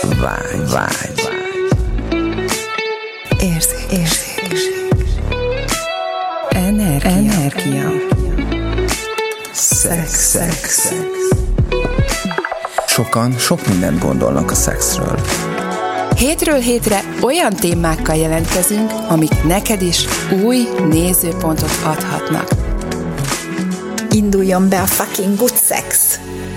Vágy. Érzékenység. Energia. Szex. Sokan sok mindent gondolnak a szexről. Hétről hétre olyan témákkal jelentkezünk, amik neked is új nézőpontot adhatnak. Induljon be a fucking good sex!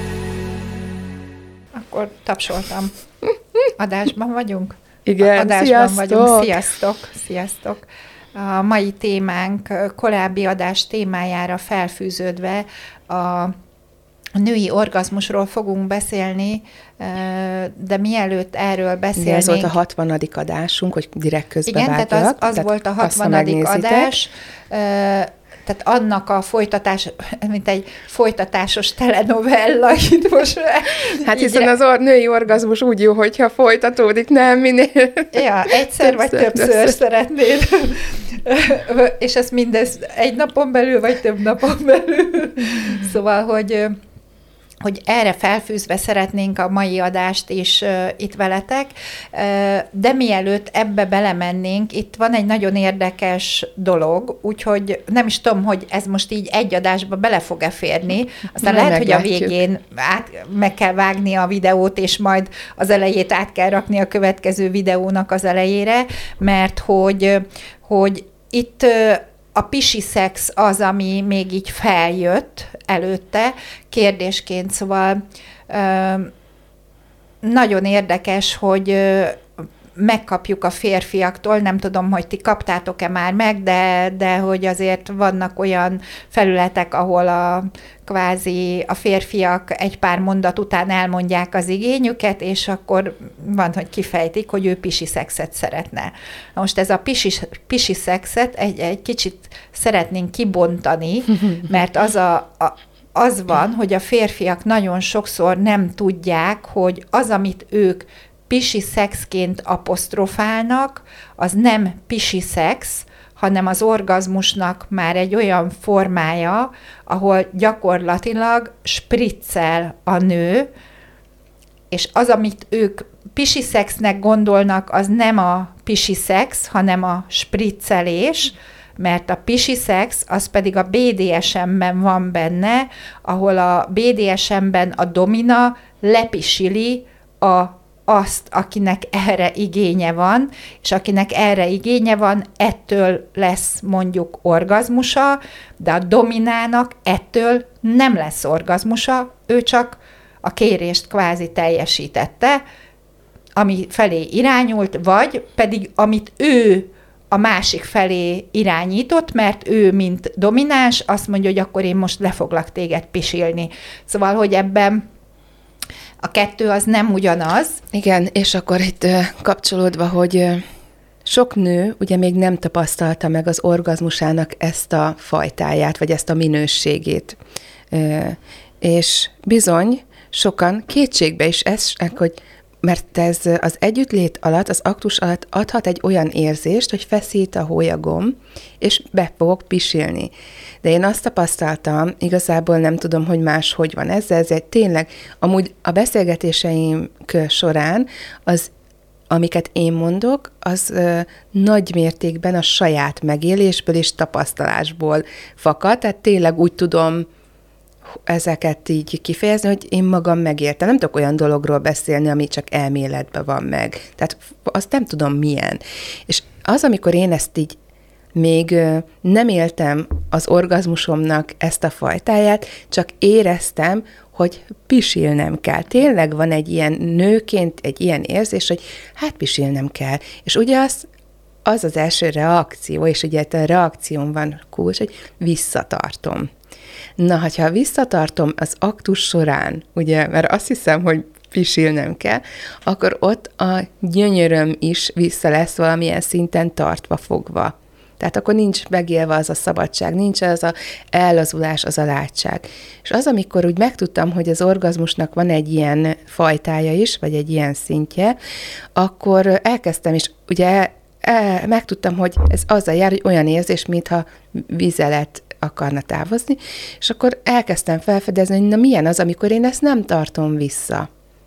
Akkor tapsoltam. Adásban vagyunk? Igen, Adásban vagyunk. Sziasztok! A mai témánk korábbi adás témájára felfűződve a női orgazmusról fogunk beszélni, de mielőtt erről beszélnénk... Ez volt a 60. adásunk, hogy direkt közbevágjak. Igen, tehát az volt a 60. adás. Tehát annak a folytatás, mint egy folytatásos telenovella itt most. Hát hiszen az női orgazmus úgy jó, hogyha folytatódik, nem minél. Ja, egyszer vagy többször szeretnéd. És ez mindez egy napon belül, vagy több napon belül. Szóval, hogy erre felfűzve szeretnénk a mai adást is itt veletek, de mielőtt ebbe belemennénk, itt van egy nagyon érdekes dolog, úgyhogy nem is tudom, hogy ez most így egy adásba bele fog-e férni, aztán lehet, hogy a végén meg kell vágni a videót, és majd az elejét át kell rakni a következő videónak az elejére, mert hogy itt... A pisi szex az, ami még így feljött előtte kérdésként, szóval nagyon érdekes, hogy megkapjuk a férfiaktól, nem tudom, hogy ti kaptátok-e már meg, de hogy azért vannak olyan felületek, ahol kvázi a férfiak egy pár mondat után elmondják az igényüket, és akkor van, hogy kifejtik, hogy ő pisi szexet szeretne. Most ez a pisi szexet egy kicsit szeretnénk kibontani, mert az van, hogy a férfiak nagyon sokszor nem tudják, hogy az, amit ők pisi szexként apostrofálnak, az nem pisi szex, hanem az orgazmusnak már egy olyan formája, ahol gyakorlatilag spriccel a nő, és az, amit ők pisi szexnek gondolnak, az nem a pisi szex, hanem a spriccelés, mert a pisi szex, az pedig a BDSM-ben van benne, ahol a BDSM-ben a domina lepisili azt, akinek erre igénye van, és akinek erre igénye van, ettől lesz mondjuk orgazmusa, de a dominának ettől nem lesz orgazmusa, ő csak a kérést kvázi teljesítette, ami felé irányult, vagy pedig amit ő a másik felé irányított, mert ő, mint domináns, azt mondja, hogy akkor én most le foglak téged pisilni. Szóval, hogy ebben a kettő az nem ugyanaz. Igen, és akkor itt kapcsolódva, hogy sok nő ugye még nem tapasztalta meg az orgazmusának ezt a fajtáját, vagy ezt a minőségét. És bizony, sokan kétségbe is esnek, hogy mert ez az együttlét alatt, az aktus alatt adhat egy olyan érzést, hogy feszít a hólyagom, és be fogok pisilni. De én azt tapasztaltam, igazából nem tudom, hogy máshogy van ez egy tényleg, amúgy a beszélgetéseim során amiket én mondok, az nagy mértékben a saját megélésből és tapasztalásból fakad, tehát tényleg úgy tudom ezeket így kifejezni, hogy én magam megértem. Nem tudok olyan dologról beszélni, ami csak elméletben van meg. Tehát azt nem tudom milyen. És az, amikor én ezt így még nem éltem az orgazmusomnak ezt a fajtáját, csak éreztem, hogy pisilnem kell. Tényleg van egy ilyen nőként egy ilyen érzés, hogy hát pisilnem kell. És ugye az első reakció, és ugye a reakción van kulcs, hogy visszatartom. Na, ha visszatartom az aktus során, ugye, mert azt hiszem, hogy pisilnem kell, akkor ott a gyönyöröm is vissza lesz valamilyen szinten tartva fogva. Tehát akkor nincs megélve az a szabadság, nincs az a ellazulás, az a látság. És az, amikor úgy megtudtam, hogy az orgazmusnak van egy ilyen fajtája is, vagy egy ilyen szintje, akkor elkezdtem, és ugye megtudtam, hogy ez azzal jár, hogy olyan érzés, mintha vizelet akarna távozni, és akkor elkezdtem felfedezni, hogy na milyen az, amikor én ezt nem tartom vissza.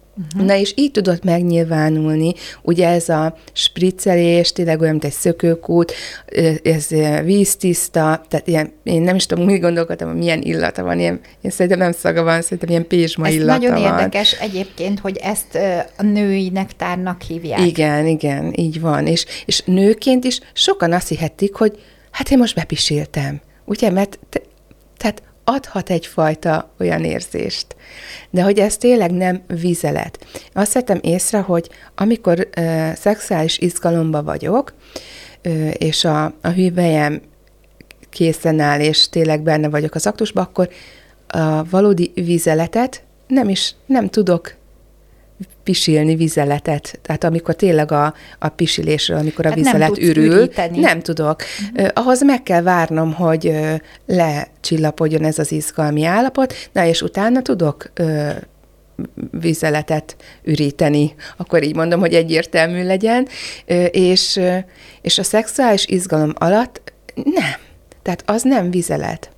Na és így tudott megnyilvánulni, ugye ez a spriccelés, tényleg olyan, mint egy szökőkút, ez víztiszta, tehát ilyen, én nem is tudom, úgy gondolkodtam, milyen illata van, én szerintem nem szaga van, szerintem ilyen pézsma illata van. Ez nagyon érdekes egyébként, hogy ezt a női nektárnak hívják. Igen, így van. És nőként is sokan azt hihetik, hogy hát én most bepisiltem, ugye, mert tehát adhat egyfajta olyan érzést. De hogy ez tényleg nem vizelet. Azt vettem észre, hogy amikor szexuális izgalomba vagyok, és a hüvelyeim készen áll, és tényleg benne vagyok az aktusban, akkor a valódi vizeletet nem tudok pisilni vizeletet. Tehát amikor tényleg a pisilésről, amikor a vizelet ürül, nem tudok. Ahhoz meg kell várnom, hogy lecsillapodjon ez az izgalmi állapot, na és utána tudok vizeletet üríteni. Akkor így mondom, hogy egyértelmű legyen. És a szexuális izgalom alatt nem. Tehát az nem vizelet.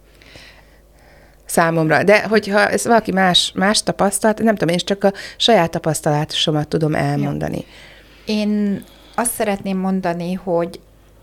Számomra. De hogyha ez valaki más tapasztalt, nem tudom, én csak a saját tapasztalásomat tudom elmondani. Ja. Én azt szeretném mondani, hogy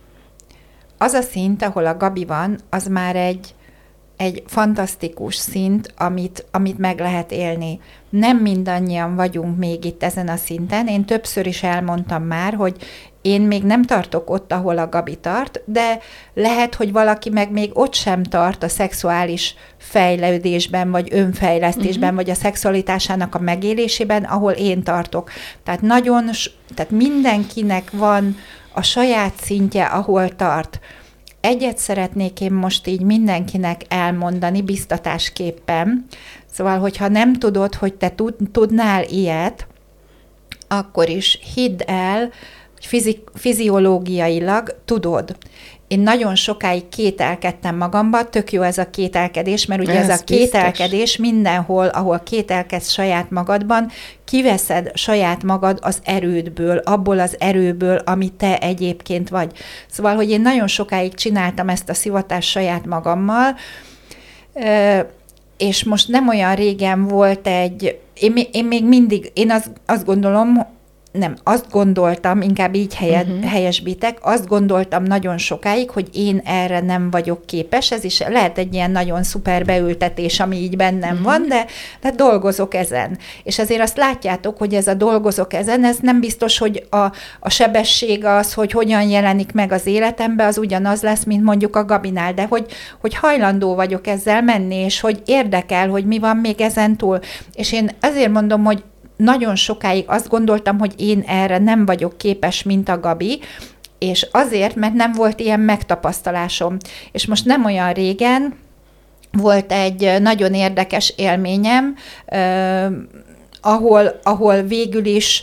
az a szint, ahol a Gabi van, az már egy fantasztikus szint, amit meg lehet élni. Nem mindannyian vagyunk még itt ezen a szinten. Én többször is elmondtam már, hogy én még nem tartok ott, ahol a Gabi tart, de lehet, hogy valaki meg még ott sem tart a szexuális fejlődésben, vagy önfejlesztésben, vagy a szexualitásának a megélésében, ahol én tartok. Tehát tehát mindenkinek van a saját szintje, ahol tart. Egyet szeretnék én most így mindenkinek elmondani, biztatásképpen. Szóval, hogyha nem tudod, hogy te tudnál ilyet, akkor is hidd el, hogy fiziológiailag tudod. Én nagyon sokáig kételkedtem magamba, tök jó ez a kételkedés, mert ugye ez a kételkedés mindenhol, ahol kételkedsz saját magadban, kiveszed saját magad az erődből, abból az erőből, ami te egyébként vagy. Szóval, hogy én nagyon sokáig csináltam ezt a szivatást saját magammal, és most nem olyan régen volt én még mindig, én azt gondolom, nem, azt gondoltam, inkább így helyesbítek, azt gondoltam nagyon sokáig, hogy én erre nem vagyok képes, ez is lehet egy ilyen nagyon szuper beültetés, ami így bennem van, de dolgozok ezen. És azért azt látjátok, hogy ez a dolgozok ezen, ez nem biztos, hogy a sebesség az, hogy hogyan jelenik meg az életemben, az ugyanaz lesz, mint mondjuk a Gabinál, de hogy hajlandó vagyok ezzel menni, és hogy érdekel, hogy mi van még ezen túl. És én azért mondom, hogy nagyon sokáig azt gondoltam, hogy én erre nem vagyok képes, mint a Gabi, és azért, mert nem volt ilyen megtapasztalásom. És most nem olyan régen volt egy nagyon érdekes élményem, ahol végül is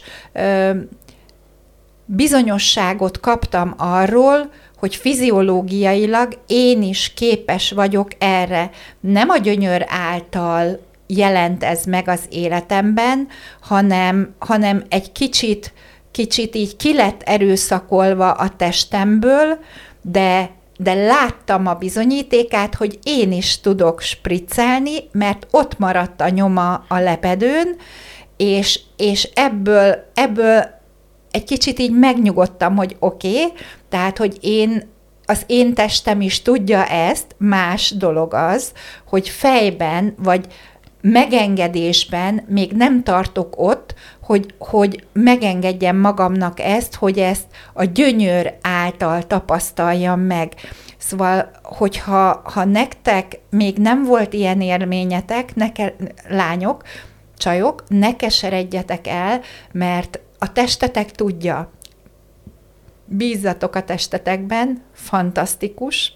bizonyosságot kaptam arról, hogy fiziológiailag én is képes vagyok erre. Nem a gyönyör által jelent ez meg az életemben, hanem egy kicsit így ki lett erőszakolva a testemből, de láttam a bizonyítékát, hogy én is tudok spriccelni, mert ott maradt a nyoma a lepedőn, és ebből egy kicsit így megnyugodtam, hogy oké, tehát, hogy az én testem is tudja ezt, más dolog az, hogy fejben vagy megengedésben még nem tartok ott, hogy megengedjem magamnak ezt, hogy ezt a gyönyör által tapasztaljam meg. Szóval, hogyha nektek még nem volt ilyen élményetek, lányok, csajok, ne keseredjetek el, mert a testetek tudja. Bízzatok a testetekben, fantasztikus,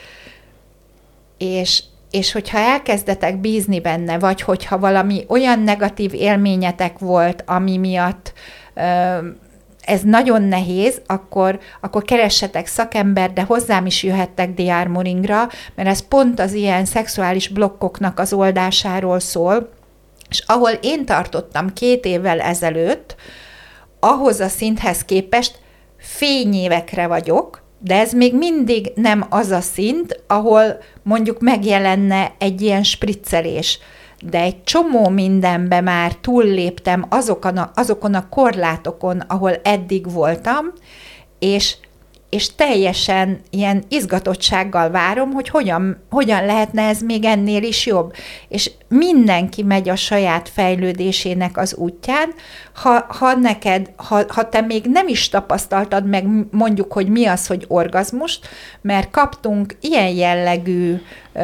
és hogyha elkezdetek bízni benne, vagy hogyha valami olyan negatív élményetek volt, ami miatt ez nagyon nehéz, akkor keressetek szakembert, de hozzám is jöhettek de-armoringra, mert ez pont az ilyen szexuális blokkoknak az oldásáról szól, és ahol én tartottam 2 évvel ezelőtt, ahhoz a szinthez képest fényévekre vagyok, de ez még mindig nem az a szint, ahol mondjuk megjelenne egy ilyen spriccelés. de egy csomó mindenbe már túlléptem azokon a korlátokon, ahol eddig voltam, és teljesen ilyen izgatottsággal várom, hogy hogyan lehetne ez még ennél is jobb. És mindenki megy a saját fejlődésének az útján. Ha te még nem is tapasztaltad meg mondjuk, hogy mi az, hogy orgazmust, mert kaptunk ilyen jellegű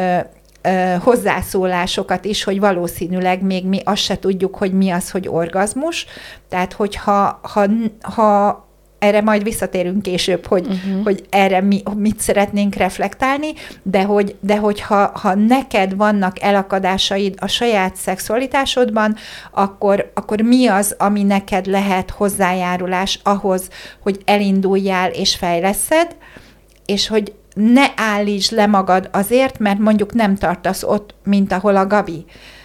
hozzászólásokat is, hogy valószínűleg még mi azt se tudjuk, hogy mi az, hogy orgazmus. Tehát, hogyha erre majd visszatérünk később, hogy erre mit szeretnénk reflektálni, de hogyha neked vannak elakadásaid a saját szexualitásodban, akkor mi az, ami neked lehet hozzájárulás ahhoz, hogy elinduljál és fejleszed, és hogy ne állítsd le magad azért, mert mondjuk nem tartasz ott, mint ahol a Gabi.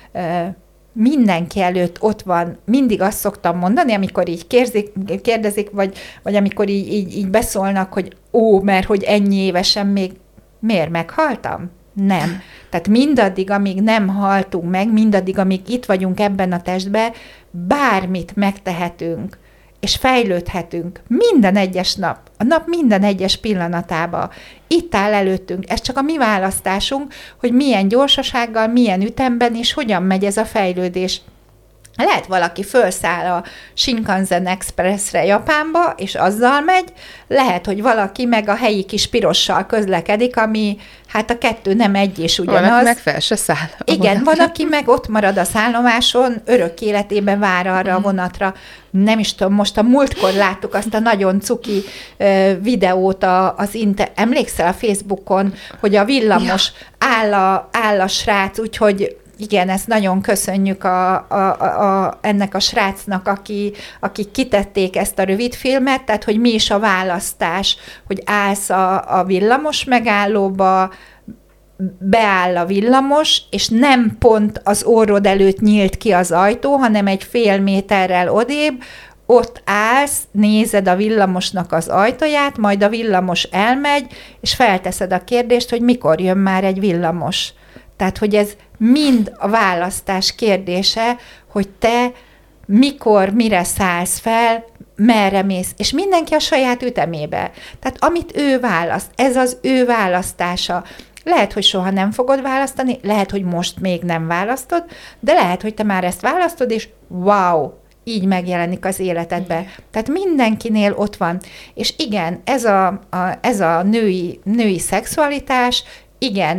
Mindenki előtt ott van, mindig azt szoktam mondani, amikor így kérdezik, vagy amikor így beszólnak, hogy mert hogy ennyi évesen még miért meghaltam? Nem. Tehát mindaddig, amíg nem haltunk meg, mindaddig, amíg itt vagyunk ebben a testben, bármit megtehetünk, és fejlődhetünk minden egyes nap, a nap minden egyes pillanatában. Itt áll előttünk. Ez csak a mi választásunk, hogy milyen gyorsasággal, milyen ütemben, és hogyan megy ez a fejlődés. Lehet valaki felszáll a Shinkansen Expressre Japánba, és azzal megy, lehet, hogy valaki meg a helyi kis pirossal közlekedik, ami hát a kettő nem egy és ugyanaz. Valaki meg fel se száll. Igen, van, aki meg ott marad a szállomáson, örök életében vár arra a vonatra. Nem is tudom, most a múltkor láttuk azt a nagyon cuki videót emlékszel a Facebookon, hogy a villamos áll a srác, úgyhogy igen, ezt nagyon köszönjük ennek a srácnak, akik kitették ezt a rövidfilmet, tehát hogy mi is a választás, hogy állsz a villamos megállóba, beáll a villamos, és nem pont az orrod előtt nyílt ki az ajtó, hanem egy fél méterrel odébb, ott állsz, nézed a villamosnak az ajtaját, majd a villamos elmegy, és felteszed a kérdést, hogy mikor jön már egy villamos. Tehát, hogy ez mind a választás kérdése, hogy te mikor, mire szállsz fel, merre mész, és mindenki a saját ütemébe. Tehát amit ő választ, ez az ő választása. Lehet, hogy soha nem fogod választani, lehet, hogy most még nem választod, de lehet, hogy te már ezt választod, és wow, így megjelenik az életedbe. Tehát mindenkinél ott van. És igen, ez a női szexualitás, igen,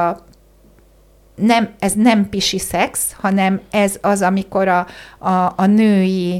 ez nem pisi szex, hanem ez az, amikor a női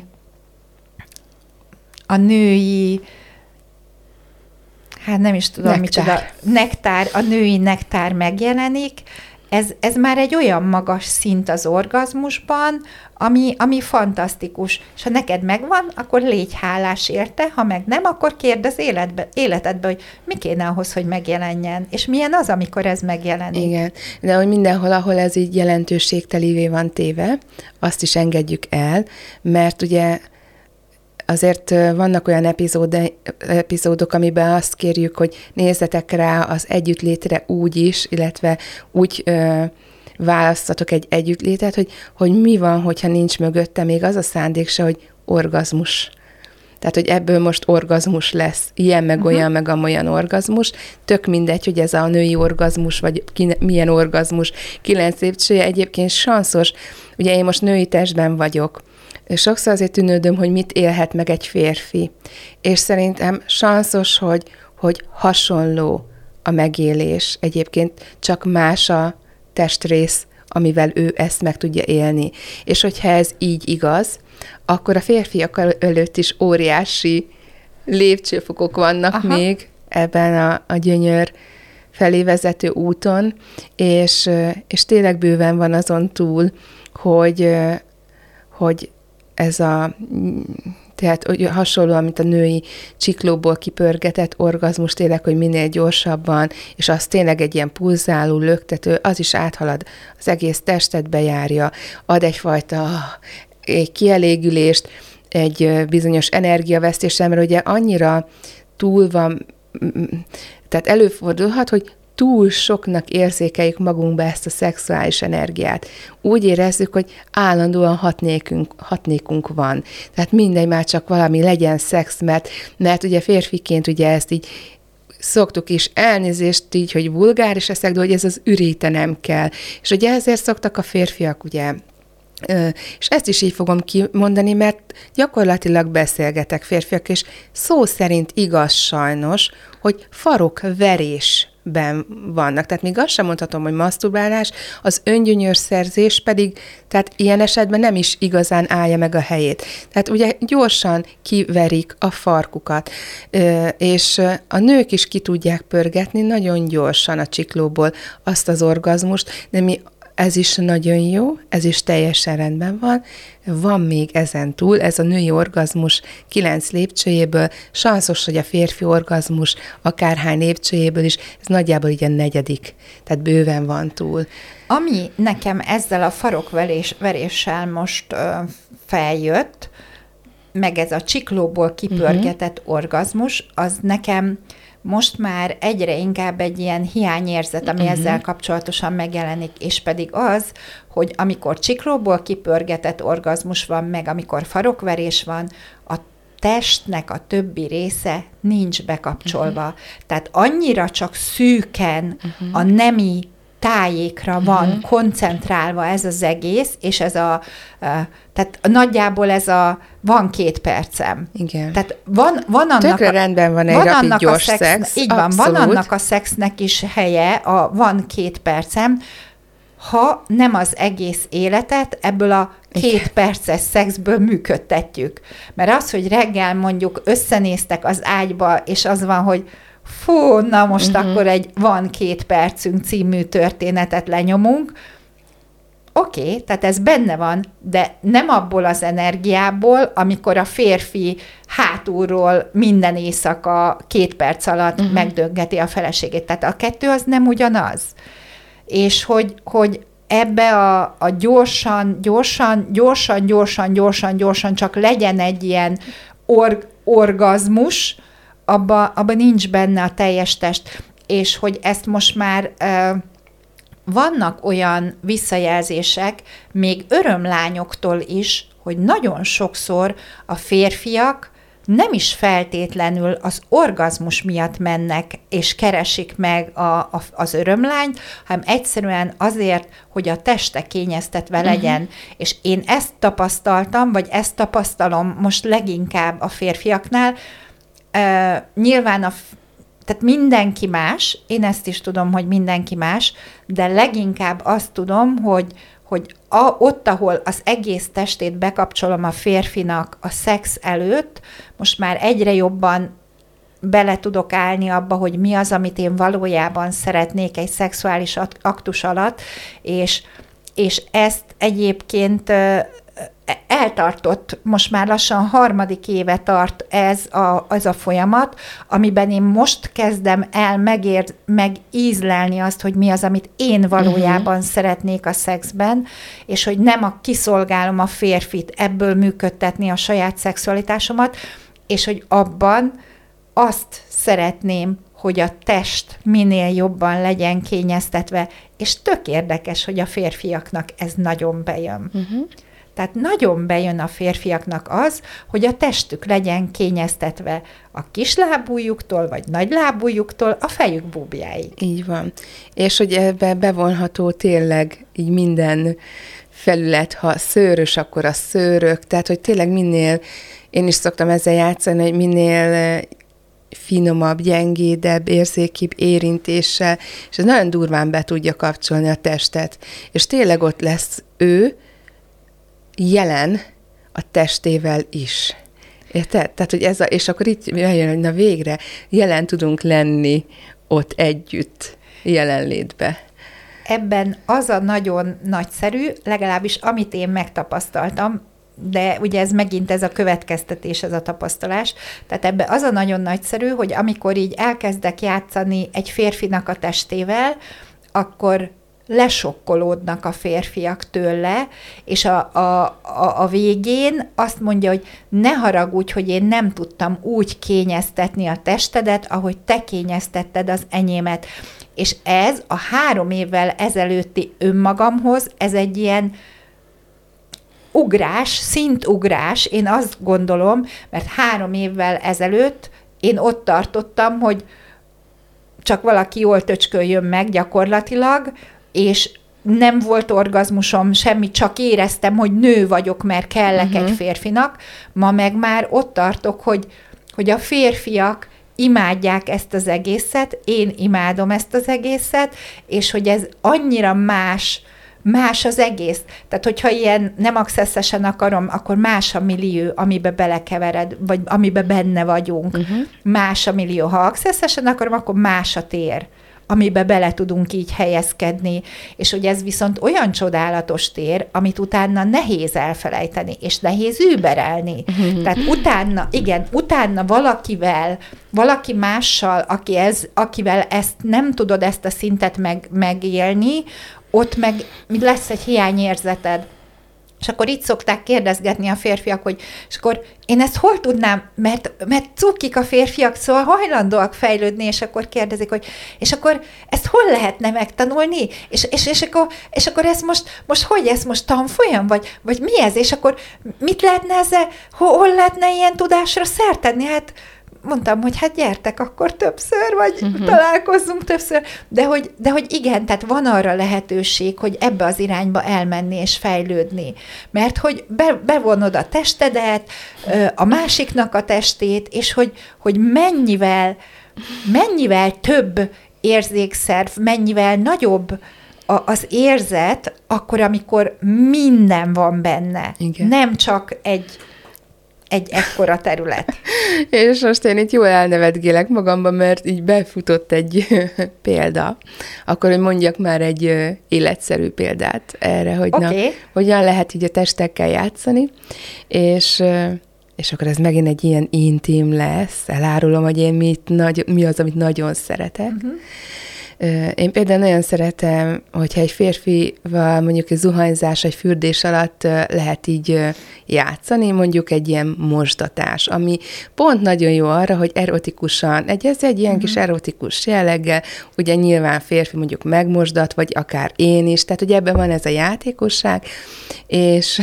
hát nem is tudom, micsoda, a női nektár megjelenik. Ez már egy olyan magas szint az orgazmusban, ami fantasztikus. És ha neked megvan, akkor légy hálás érte, ha meg nem, akkor kérdezz életedbe, hogy mi kéne ahhoz, hogy megjelenjen, és milyen az, amikor ez megjelenik. Igen, de hogy mindenhol, ahol ez így jelentőségtelivé van téve, azt is engedjük el, mert ugye azért vannak olyan epizódok, amiben azt kérjük, hogy nézzetek rá az együttlétre úgy is, illetve úgy választatok egy együttlétet, hogy mi van, hogyha nincs mögötte még az a szándék se, hogy orgazmus. Tehát, hogy ebből most orgazmus lesz, ilyen meg olyan, meg amolyan orgazmus. Tök mindegy, hogy ez a női orgazmus, vagy milyen orgazmus. 9 lépcsője egyébként sanszos. Ugye én most női testben vagyok. Sokszor azért tűnődöm, hogy mit élhet meg egy férfi. És szerintem sanszos, hogy hasonló a megélés. Egyébként csak más a testrész, amivel ő ezt meg tudja élni. És hogyha ez így igaz, akkor a férfiak előtt is óriási lépcsőfokok vannak még ebben a gyönyör felé vezető úton, és tényleg bőven van azon túl, hogy ez tehát hasonlóan, mint a női csiklóból kipörgetett orgazmus, tényleg, hogy minél gyorsabban, és az tényleg egy ilyen pulzáló, löktető, az is áthalad, az egész testet bejárja, ad egyfajta egy kielégülést, egy bizonyos energiavesztésre, mert ugye annyira túl van, tehát előfordulhat, hogy túl soknak érzékeljük magunkba ezt a szexuális energiát. Úgy érezzük, hogy állandóan hatnékunk van. Tehát mindegy, már csak valami legyen szex, mert ugye férfiként ugye ezt így szoktuk is, elnézést így, hogy vulgáris leszek, de hogy ez az ürítenem kell. És ugye ezért szoktak a férfiak ugye, és ezt is így fogom kimondani, mert gyakorlatilag beszélgetek férfiak, és szó szerint igaz sajnos, hogy farokverésben vannak. Tehát még azt sem mondhatom, hogy maszturbálás, az öngyönyörszerzés pedig, tehát ilyen esetben nem is igazán állja meg a helyét. Tehát ugye gyorsan kiverik a farkukat, és a nők is ki tudják pörgetni nagyon gyorsan a csiklóból azt az orgazmust, de ez is nagyon jó, ez is teljesen rendben van. Van még ezen túl, ez a női orgazmus 9 lépcsőjéből, sanszos, hogy a férfi orgazmus akárhány lépcsőjéből is, ez nagyjából így a 4., tehát bőven van túl. Ami nekem ezzel a farokveréssel most feljött, meg ez a csiklóból kipörgetett orgazmus, az nekem most már egyre inkább egy ilyen hiányérzet, ami ezzel kapcsolatosan megjelenik, és pedig az, hogy amikor csiklóból kipörgetett orgazmus van, meg amikor farokverés van, a testnek a többi része nincs bekapcsolva. Tehát annyira csak szűken a nemi tájékra van koncentrálva ez az egész, és ez tehát nagyjából van 2 percem. Igen. Tehát van annak tökre rendben van egy rapid gyors szex. Így van, van annak a szexnek is helye, van 2 percem, ha nem az egész életet ebből a 2 perces szexből működtetjük. Mert az, hogy reggel mondjuk összenéztek az ágyba, és az van, hogy fú, na most akkor egy Van 2 percünk című történetet lenyomunk. Oké, tehát ez benne van, de nem abból az energiából, amikor a férfi hátulról minden éjszaka 2 perc alatt megdöngeti a feleségét. Tehát a 2 az nem ugyanaz. És hogy ebbe a gyorsan csak legyen egy ilyen orgazmus, abba nincs benne a teljes test, és hogy ezt most már vannak olyan visszajelzések, még örömlányoktól is, hogy nagyon sokszor a férfiak nem is feltétlenül az orgazmus miatt mennek, és keresik meg az örömlányt, hanem egyszerűen azért, hogy a teste kényeztetve legyen. És én ezt tapasztaltam, vagy ezt tapasztalom most leginkább a férfiaknál. Nyilván tehát mindenki más, én ezt is tudom, hogy mindenki más, de leginkább azt tudom, hogy ott, ahol az egész testét bekapcsolom a férfinak a szex előtt, most már egyre jobban bele tudok állni abba, hogy mi az, amit én valójában szeretnék egy szexuális aktus alatt, és ezt egyébként eltartott, most már lassan 3. éve tart ez a folyamat, amiben én most kezdem el megízlelni azt, hogy mi az, amit én valójában szeretnék a szexben, és hogy nem kiszolgálom a férfit ebből működtetni a saját szexualitásomat, és hogy abban azt szeretném, hogy a test minél jobban legyen kényeztetve, és tök érdekes, hogy a férfiaknak ez nagyon bejön. Tehát nagyon bejön a férfiaknak az, hogy a testük legyen kényeztetve a kislábújuktól, vagy nagylábújuktól a fejük búbjáig. Így van. És hogy ebbe bevonható tényleg így minden felület, ha szőrös, akkor a szőrök, tehát hogy tényleg minél, én is szoktam ezzel játszani, hogy minél finomabb, gyengédebb, érzékibb érintéssel, és ez nagyon durván be tudja kapcsolni a testet. És tényleg ott lesz ő, jelen a testével is. Érted? Tehát, hogy és akkor itt jön, hogy na végre jelen tudunk lenni ott együtt, jelenlétbe. Ebben az a nagyon nagyszerű, legalábbis amit én megtapasztaltam, de ugye ez megint ez a következtetés, ez a tapasztalás. Tehát ebben az a nagyon nagyszerű, hogy amikor így elkezdek játszani egy férfinak a testével, akkor lesokkolódnak a férfiak tőle, és a végén azt mondja, hogy ne haragudj, hogy én nem tudtam úgy kényeztetni a testedet, ahogy te kényeztetted az enyémet. És ez a 3 évvel ezelőtti önmagamhoz, ez egy ilyen ugrás, szintugrás, én azt gondolom, mert 3 évvel ezelőtt én ott tartottam, hogy csak valaki jól töcsköljön meg gyakorlatilag, és nem volt orgazmusom, semmi, csak éreztem, hogy nő vagyok, mert kellek egy férfinak. Ma meg már ott tartok, hogy a férfiak imádják ezt az egészet, én imádom ezt az egészet, és hogy ez annyira más az egész. Tehát, hogyha ilyen nem accessesen akarom, akkor más a millió, amiben belekevered, vagy amiben benne vagyunk. Más a millió. Ha accessesen akarom, akkor más a tér, amiben bele tudunk így helyezkedni, és hogy ez viszont olyan csodálatos tér, amit utána nehéz elfelejteni, és nehéz überelni. Tehát utána valaki mással, akivel ezt nem tudod ezt a szintet megélni, ott meg lesz egy hiányérzeted. És akkor itt szokták kérdezgetni a férfiak, hogy és akkor én ezt hol tudnám, mert cukik a férfiak, szóval hajlandóak fejlődni, és akkor kérdezik, hogy és akkor ezt hol lehetne megtanulni? És akkor ez most hogy ez most tanfolyam? Vagy mi ez? És akkor mit lehetne ezzel, hol lehetne ilyen tudásra szert tenni? Hát mondtam, hogy hát gyertek akkor többször, vagy találkozzunk többször, de hogy igen, tehát van arra lehetőség, hogy ebbe az irányba elmenni és fejlődni. Mert hogy bevonod a testedet, a másiknak a testét, és hogy mennyivel több érzékszerv, mennyivel nagyobb az érzet, akkor, amikor minden van benne. Igen. Nem csak egy ekkora terület. És most én itt jól elnevetgélek magamban, mert így befutott egy példa. Akkor, hogy mondjak már egy életszerű példát erre, hogy hogyan lehet így a testekkel játszani, és akkor ez megint egy ilyen intim lesz, elárulom, hogy én mi az, amit nagyon szeretek. Én például nagyon szeretem, hogyha egy férfival mondjuk egy zuhanyzás, egy fürdés alatt lehet így játszani, mondjuk egy ilyen mosdatás, ami pont nagyon jó arra, hogy erotikusan, ez egy ilyen kis erotikus jelleggel, ugye nyilván férfi mondjuk megmosdat, vagy akár én is, tehát ugye ebben van ez a játékosság, és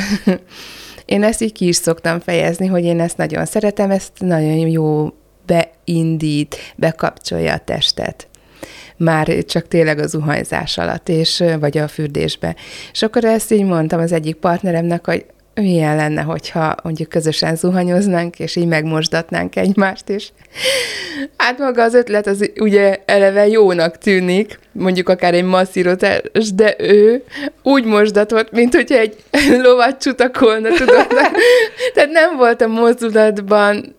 én ezt így ki is szoktam fejezni, hogy én ezt nagyon szeretem, ezt nagyon jó beindít, bekapcsolja a testet. Már csak tényleg a zuhanyzás alatt, vagy a fürdésbe. És akkor ezt így mondtam az egyik partneremnek, hogy milyen lenne, hogyha mondjuk közösen zuhanyoznánk, és így megmosdatnánk egymást is. Hát maga az ötlet az ugye eleve jónak tűnik, mondjuk akár egy masszírozás, de ő úgy mosdatott, mint hogyha egy lovat csutakolna, tudod. Tehát nem volt a mozdulatban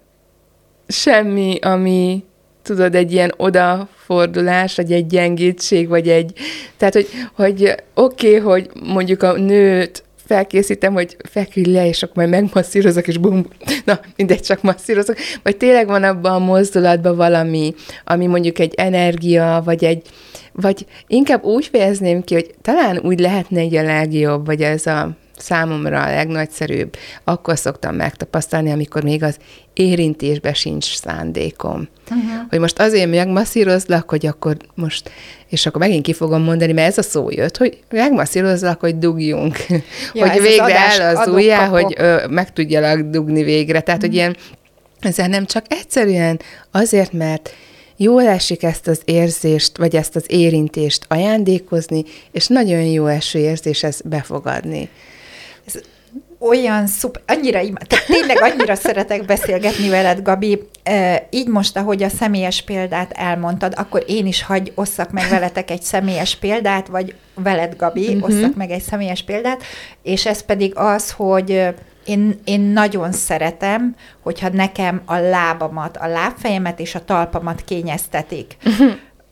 semmi, ami tudod, egy ilyen odafordulás, vagy egy gyengétség, vagy tehát, hogy oké, hogy mondjuk a nőt felkészítem, hogy feküdj le, és akkor majd megmasszírozok, és bum, na, mindegy, csak masszírozok, vagy tényleg van abban a mozdulatban valami, ami mondjuk egy energia, vagy inkább úgy fejezném ki, hogy talán úgy lehetne egy a legjobb, vagy ez a számomra a legnagyszerűbb, akkor szoktam megtapasztalni, amikor még az érintésbe sincs szándékom. Hogy most azért megmasszírozlak, hogy akkor most, és akkor megint ki fogom mondani, mert ez a szó jött, hogy megmasszírozlak, hogy dugjunk. Ja, hogy végre el az ujjá, hogy meg tudjalak dugni végre. Tehát, hogy ilyen, ezzel nem csak egyszerűen azért, mert jól esik ezt az érzést, vagy ezt az érintést ajándékozni, és nagyon jó eső érzés ezt befogadni. Ez olyan szuper, tehát tényleg annyira szeretek beszélgetni veled, Gabi. Így most, ahogy a személyes példát elmondtad, akkor én is osszak meg veletek egy személyes példát, vagy veled, Gabi, osszak meg egy személyes példát, és ez pedig az, hogy én nagyon szeretem, hogyha nekem a lábamat, a lábfejemet és a talpamat kényeztetik.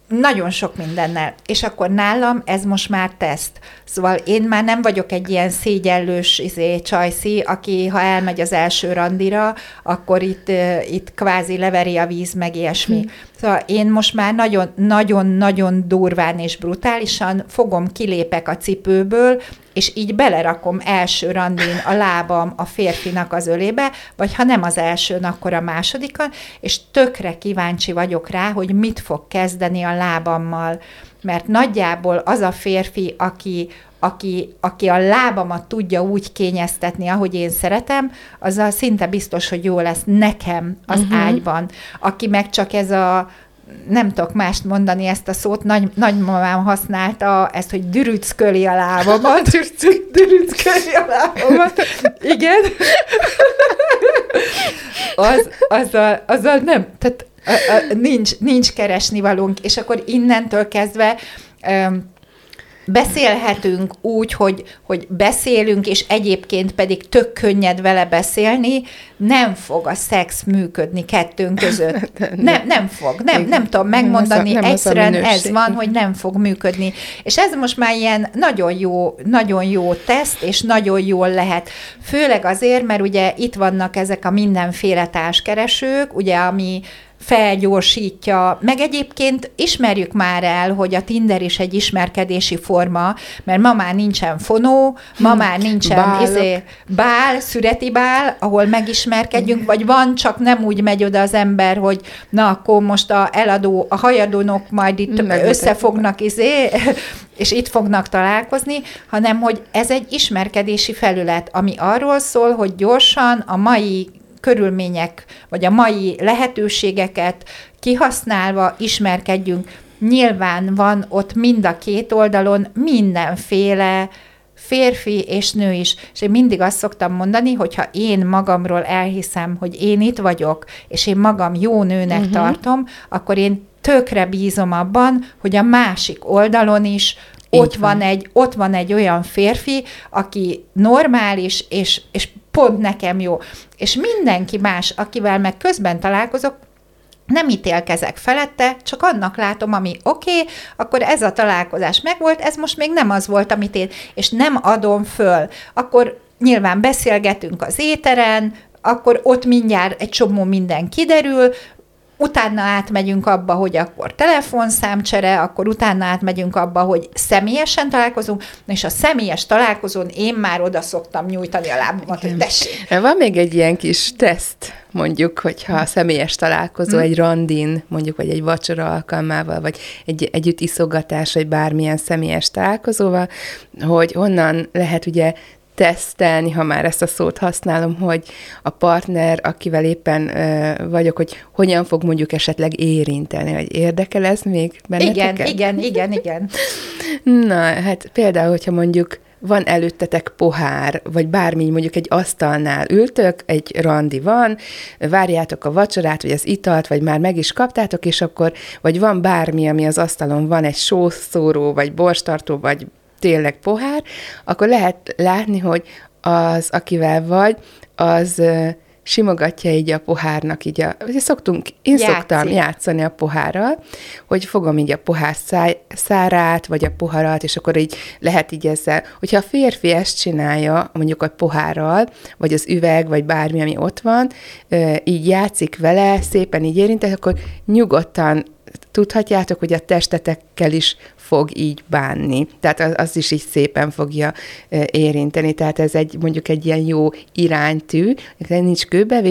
nagyon sok mindennel. És akkor nálam ez most már teszt. Szóval én már nem vagyok egy ilyen szégyellős csajszi, aki ha elmegy az első randira, akkor itt kvázi leveri a víz, meg ilyesmi. Szóval én most már nagyon-nagyon durván és brutálisan kilépek a cipőből, és így belerakom első randin a lábam a férfinak az ölébe, vagy ha nem az elsőn, akkor a másodikon, és tökre kíváncsi vagyok rá, hogy mit fog kezdeni a lábammal. Mert nagyjából az a férfi, aki a lábamat tudja úgy kényeztetni, ahogy én szeretem, azzal szinte biztos, hogy jó lesz nekem az ágyban. Aki meg csak ez a nem tudok mást mondani ezt a szót, nagymamám használta ezt, hogy dürücköli a lábamat. Dürücköli a lábamat. Igen. Azzal nem, tehát nincs keresnivalónk, és akkor innentől kezdve beszélhetünk úgy, hogy beszélünk, és egyébként pedig tök könnyed vele beszélni, nem fog a szex működni kettőnk között. Nem fog. Nem tudom megmondani, egyszerűen ez van, hogy nem fog működni. És ez most már ilyen nagyon jó teszt, és nagyon jól lehet. Főleg azért, mert ugye itt vannak ezek a mindenféle társkeresők, ugye, ami felgyorsítja, meg egyébként ismerjük már el, hogy a Tinder is egy ismerkedési forma, mert ma már nincsen fonó, ma már nincsen szüreti bál, ahol megismerkedjünk, vagy van, csak nem úgy megy oda az ember, hogy na, akkor most a hajadonok majd itt összefognak, és itt fognak találkozni, hanem hogy ez egy ismerkedési felület, ami arról szól, hogy gyorsan a mai körülmények, vagy a mai lehetőségeket kihasználva ismerkedjünk. Nyilván van ott mind a két oldalon mindenféle férfi és nő is. És én mindig azt szoktam mondani, hogyha én magamról elhiszem, hogy én itt vagyok, és én magam jó nőnek tartom, akkor én tökre bízom abban, hogy a másik oldalon is ott van egy olyan férfi, aki normális, és pont nekem jó. És mindenki más, akivel meg közben találkozok, nem ítélkezek felette, csak annak látom, ami oké, akkor ez a találkozás megvolt, ez most még nem az volt, amit én, és nem adom föl. Akkor nyilván beszélgetünk az éteren, akkor ott mindjárt egy csomó minden kiderül, utána átmegyünk abba, hogy akkor telefonszámcsere, akkor utána átmegyünk abba, hogy személyesen találkozunk, és a személyes találkozón én már oda szoktam nyújtani a lábamat, hogy tessék. Van még egy ilyen kis teszt, mondjuk, hogyha a személyes találkozó egy randin, mondjuk, vagy egy vacsora alkalmával, vagy egy együtt iszogatás, vagy bármilyen személyes találkozóval, hogy honnan lehet ugye tesztelni, ha már ezt a szót használom, hogy a partner, akivel éppen vagyok, hogy hogyan fog mondjuk esetleg érinteni, hogy érdekel ez még benneteket? Igen. Na, hát például, hogyha mondjuk van előttetek pohár, vagy bármi, mondjuk egy asztalnál ültök, egy randi van, várjátok a vacsorát, vagy az italt, vagy már meg is kaptátok, és akkor, vagy van bármi, ami az asztalon van, egy sószóró, vagy borstartó, vagy tényleg pohár, akkor lehet látni, hogy az, akivel vagy, az simogatja így a pohárnak, én szoktam játszani a pohárral, hogy fogom így a pohár szárát, vagy a poharat, és akkor így lehet így ezzel, hogyha a férfi ezt csinálja, mondjuk a pohárral, vagy az üveg, vagy bármi, ami ott van, így játszik vele, szépen így érintett, akkor nyugodtan tudhatjátok, hogy a testetekkel is fog így bánni. Tehát az is így szépen érinteni. Tehát ez mondjuk egy ilyen jó iránytű, nincs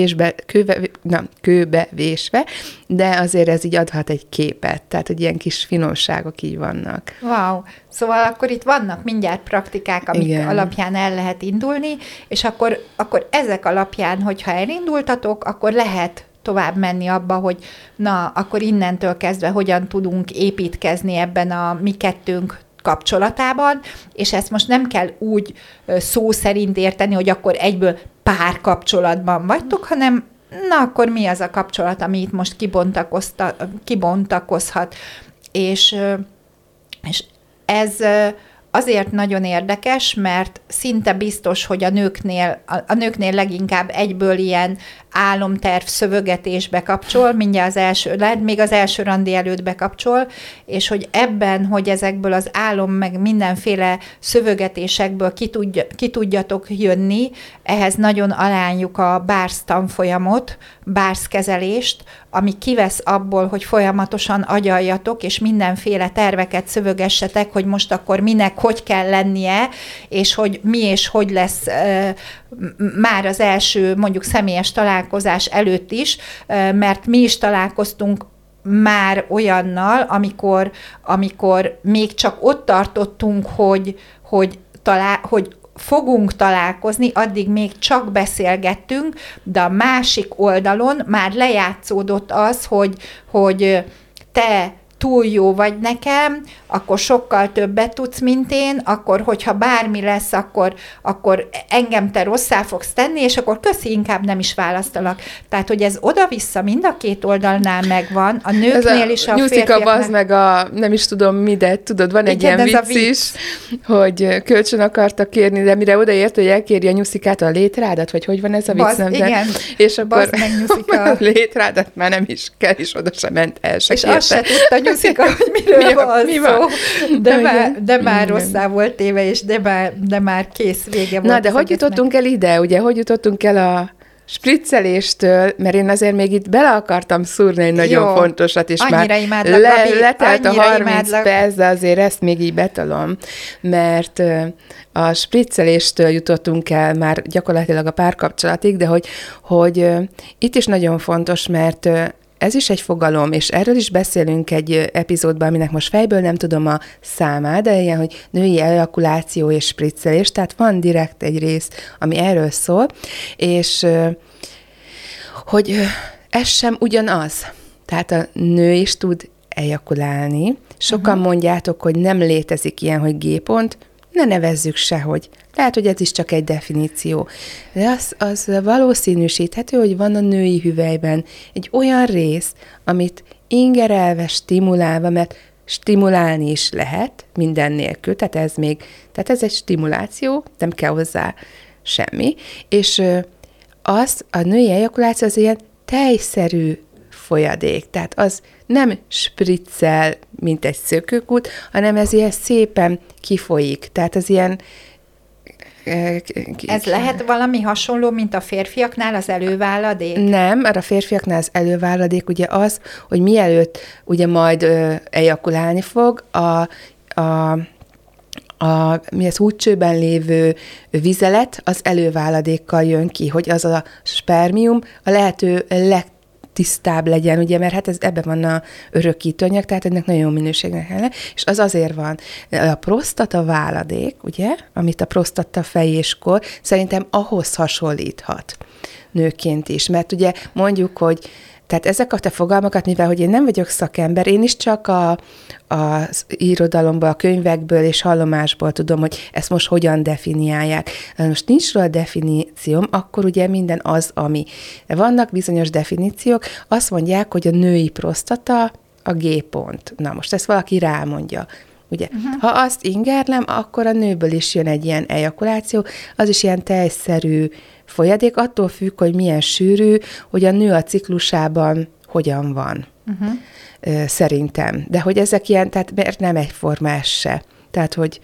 kőbevésve, de azért ez így adhat egy képet. Tehát, hogy ilyen kis finomságok így vannak. Wow! Szóval akkor itt vannak mindjárt praktikák, amik alapján el lehet indulni, és akkor ezek alapján, hogyha elindultatok, akkor lehet tovább menni abba, hogy na, akkor innentől kezdve hogyan tudunk építkezni ebben a mi kettőnk kapcsolatában, és ezt most nem kell úgy szó szerint érteni, hogy akkor egyből párkapcsolatban vagytok, hanem na, akkor mi az a kapcsolat, ami itt most kibontakozhat. És ez azért nagyon érdekes, mert szinte biztos, hogy a nőknél leginkább egyből ilyen álomterv szövögetésbe kapcsol, mindjárt lehet még az első randi előtt bekapcsol, és hogy ebben, hogy ezekből az álom meg mindenféle szövögetésekből ki tudjatok jönni, ehhez nagyon ajánljuk a BARS tanfolyamot, BARS kezelést, ami kivesz abból, hogy folyamatosan agyaljatok, és mindenféle terveket szövögessetek, hogy most akkor minek, hogy kell lennie, és hogy mi és hogy lesz már az első mondjuk személyes találkozás előtt is, mert mi is találkoztunk már olyannal, amikor még csak ott tartottunk, hogy fogunk találkozni, addig még csak beszélgettünk, de a másik oldalon már lejátszódott az, hogy te túl jó vagy nekem, akkor sokkal többet tudsz, mint én, akkor, hogyha bármi lesz, akkor engem te rosszá fogsz tenni, és akkor köszi, inkább nem is választalak. Tehát, hogy ez oda-vissza mind a két oldalnál megvan, a nőknél is, a férfiaknál. Az meg a nem is tudom mi, de tudod, van egy ilyen vicc is, hogy kölcsön akartak kérni, de mire odaért, hogy elkéri a nyuszikát a létrádat, vagy hogy van ez a vicc, nem? Igen, és akkor meg nyuszika. Létrádat már nem is kell, és oda sem ment el, se és kérte. azt se tudta nyuszika, hogy miről van szó. De már rosszá volt téve, és de már kész, vége volt. Na, de hogy jutottunk el ide, ugye? Hogy jutottunk el a spricceléstől, mert én azért még itt bele akartam szúrni egy nagyon fontosat, és már letelt a 30 perc, de azért ezt még így betolom, mert a spricceléstől jutottunk el már gyakorlatilag a párkapcsolatig, de hogy itt is nagyon fontos, mert ez is egy fogalom, és erről is beszélünk egy epizódban, aminek most fejből nem tudom a számát, de ilyen, hogy női ejakuláció és spriccelés, tehát van direkt egy rész, ami erről szól, és hogy ez sem ugyanaz. Tehát a nő is tud ejakulálni. Sokan mondjátok, hogy nem létezik ilyen, hogy G-pont, ne nevezzük sehogy. Lehet, hogy ez is csak egy definíció. De az valószínűsíthető, hogy van a női hüvelyben egy olyan rész, amit ingerelve, stimulálva, mert stimulálni is lehet minden nélkül, tehát ez egy stimuláció, nem kell hozzá semmi, és a női ejakuláció az ilyen tejszerű folyadék, tehát az nem spriccel, mint egy szökőkút, hanem ez ilyen szépen kifolyik, tehát az ilyen ez lehet valami hasonló, mint a férfiaknál az előváladék? Nem, mert a férfiaknál az előváladék ugye az, hogy mielőtt ugye majd ejakulálni fog, mi az húdcsőben lévő vizelet az előváladékkal jön ki, hogy az a spermium a lehető legtisztább legyen, ugye, mert hát ebben van a örökítőanyag, tehát ennek nagyon jó minőségnek kellene, és az azért van. A prostata váladék, ugye, amit a prostata fejéskor, szerintem ahhoz hasonlíthat nőként is, mert ugye mondjuk, hogy tehát ezeket a fogalmakat, mivel hogy én nem vagyok szakember, én is csak az irodalomból, a könyvekből és hallomásból tudom, hogy ezt most hogyan definiálják. Most nincs róla definícióm, akkor ugye minden az, ami. De vannak bizonyos definíciók, azt mondják, hogy a női prostata a G-pont. Na most ezt valaki rámondja. Ugye? Ha azt ingerlem, akkor a nőből is jön egy ilyen ejakuláció, az is ilyen tejszerű folyadék, attól függ, hogy milyen sűrű, hogy a nő a ciklusában hogyan van. Szerintem. De hogy ezek ilyen, tehát miért nem egyformás se. Tehát, hogy,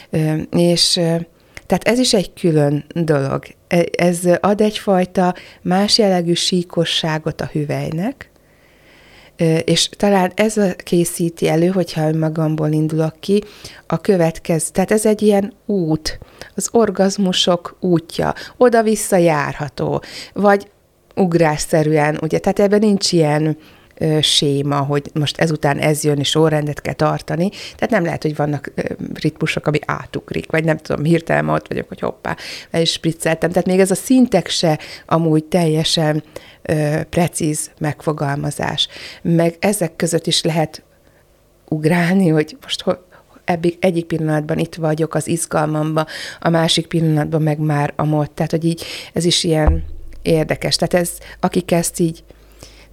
tehát ez is egy külön dolog. Ez ad egyfajta más jellegű síkosságot a hüvelynek, és talán ez készíti elő, hogyha magamból indulok ki, a következő. Tehát ez egy ilyen út, az orgazmusok útja, oda-vissza járható, vagy ugrásszerűen, ugye, tehát ebben nincs ilyen séma, hogy most ezután ez jön, és sorrendet kell tartani. Tehát nem lehet, hogy vannak ritmusok, ami átugrik, vagy nem tudom, hirtelen ott vagyok, hogy hoppá, el is spricceltem. Tehát még ez a szintek se amúgy teljesen precíz megfogalmazás. Meg ezek között is lehet ugrálni, hogy most egyik pillanatban itt vagyok az izgalmamban, a másik pillanatban meg már a mód. Tehát, hogy így ez is ilyen érdekes. Tehát akik ezt így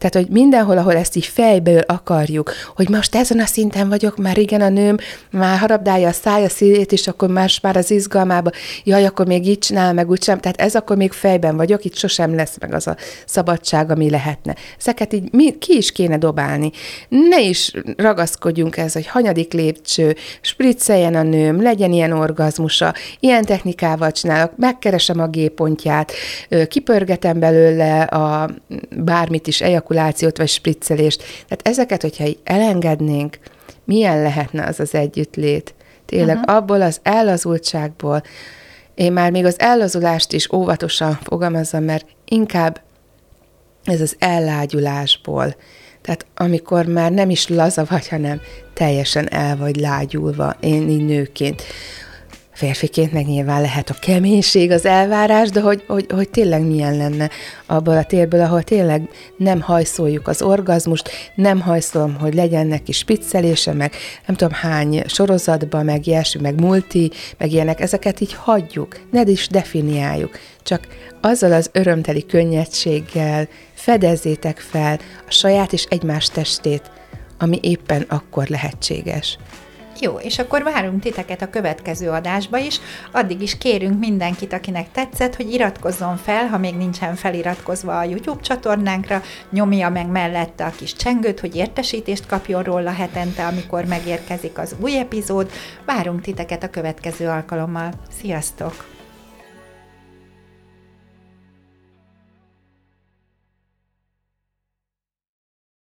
Tehát, hogy mindenhol, ahol ezt így fejből akarjuk, hogy most ezen a szinten vagyok, már igen, a nőm már harabdálja a szája szívét, és akkor már az izgalmába, jaj, akkor még így csinál, meg úgy sem. Tehát ez akkor még fejben vagyok, itt sosem lesz meg az a szabadság, ami lehetne. Ezeket így ki is kéne dobálni. Ne is ragaszkodjunk ez, hogy hanyadik lépcső, spricceljen a nőm, legyen ilyen orgazmusa, ilyen technikával csinálok, megkeresem a G-pontját, kipörgetem belőle a bármit is, ejakulációt vagy spriccelést. Tehát ezeket, hogyha így elengednénk, milyen lehetne az az együttlét? Tényleg abból az ellazultságból, én már még az ellazulást is óvatosan fogalmazom, mert inkább ez az ellágyulásból. Tehát amikor már nem is laza vagy, hanem teljesen el vagy lágyulva, én így nőként. Férfiként meg nyilván lehet a keménység, az elvárás, de hogy tényleg milyen lenne abból a térből, ahol tényleg nem hajszoljuk az orgazmust, nem hajszolom, hogy legyen neki spiccelése, meg nem tudom hány sorozatban, meg ilyesmi, meg multi, meg ilyenek, ezeket így hagyjuk, ne is definiáljuk, csak azzal az örömteli könnyedséggel fedezzétek fel a saját és egymás testét, ami éppen akkor lehetséges. Jó, és akkor várunk titeket a következő adásba is. Addig is kérünk mindenkit, akinek tetszett, hogy iratkozzon fel, ha még nincsen feliratkozva a YouTube csatornánkra, nyomja meg mellette a kis csengőt, hogy értesítést kapjon róla hetente, amikor megérkezik az új epizód. Várunk titeket a következő alkalommal. Sziasztok!